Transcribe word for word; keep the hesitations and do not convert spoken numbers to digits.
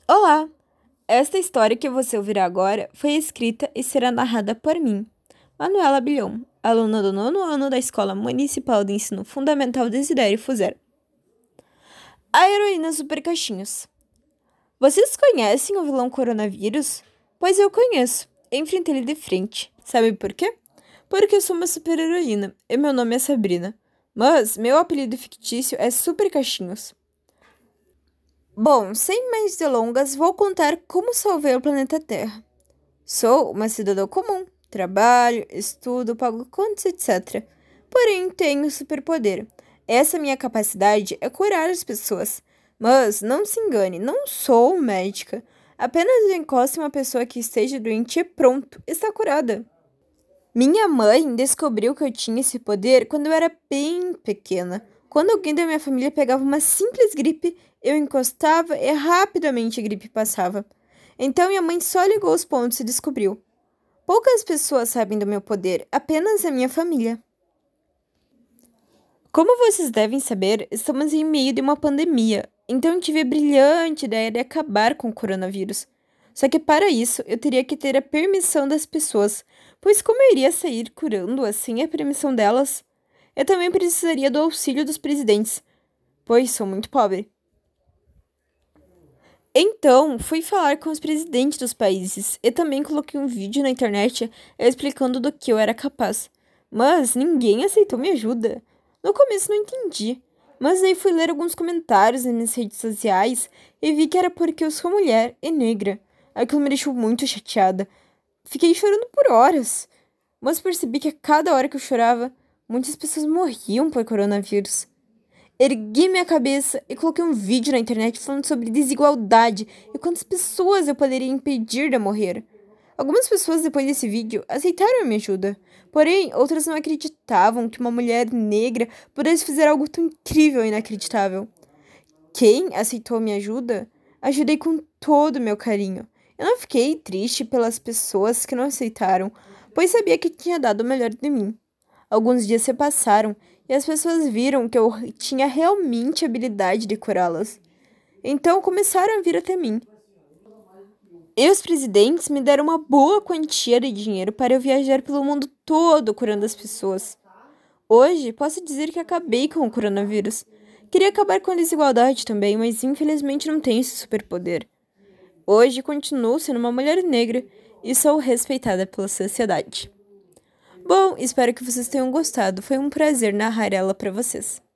Olá! Esta história que você ouvirá agora foi escrita e será narrada por mim, Manuela Bilhon, aluna do nono ano da Escola Municipal de Ensino Fundamental Desidério Fuser. A heroína Super Caixinhos. Vocês conhecem o vilão coronavírus? Pois eu conheço. Enfrentei ele de frente. Sabe por quê? Porque eu sou uma super heroína e meu nome é Sabrina. Mas meu apelido fictício é Super Caixinhos. Bom, sem mais delongas, vou contar como salvei o planeta Terra. Sou uma cidadã comum, trabalho, estudo, pago contas, etcétera. Porém, tenho superpoder. Essa minha capacidade é curar as pessoas. Mas não se engane, não sou médica. Apenas encoste uma pessoa que esteja doente e pronto, está curada. Minha mãe descobriu que eu tinha esse poder quando eu era bem pequena. Quando alguém da minha família pegava uma simples gripe, eu encostava e rapidamente a gripe passava. Então minha mãe só ligou os pontos e descobriu. Poucas pessoas sabem do meu poder, apenas a minha família. Como vocês devem saber, estamos em meio de uma pandemia, então tive a brilhante ideia de acabar com o coronavírus. Só que para isso, eu teria que ter a permissão das pessoas, pois como eu iria sair curando-as sem a permissão delas? Eu também precisaria do auxílio dos presidentes, pois sou muito pobre. Então, fui falar com os presidentes dos países e também coloquei um vídeo na internet explicando do que eu era capaz. Mas ninguém aceitou minha ajuda. No começo não entendi, mas aí fui ler alguns comentários nas minhas redes sociais e vi que era porque eu sou mulher e negra. Aquilo me deixou muito chateada. Fiquei chorando por horas, mas percebi que a cada hora que eu chorava, muitas pessoas morriam por coronavírus. Ergui minha cabeça e coloquei um vídeo na internet falando sobre desigualdade e quantas pessoas eu poderia impedir de morrer. Algumas pessoas, depois desse vídeo, aceitaram a minha ajuda. Porém, outras não acreditavam que uma mulher negra pudesse fazer algo tão incrível e inacreditável. Quem aceitou minha ajuda, ajudei com todo o meu carinho. Eu não fiquei triste pelas pessoas que não aceitaram, pois sabia que tinha dado o melhor de mim. Alguns dias se passaram e as pessoas viram que eu tinha realmente a habilidade de curá-las. Então começaram a vir até mim. E os presidentes me deram uma boa quantia de dinheiro para eu viajar pelo mundo todo curando as pessoas. Hoje, posso dizer que acabei com o coronavírus. Queria acabar com a desigualdade também, mas infelizmente não tenho esse superpoder. Hoje, continuo sendo uma mulher negra e sou respeitada pela sociedade. Bom, espero que vocês tenham gostado. Foi um prazer narrar ela para vocês.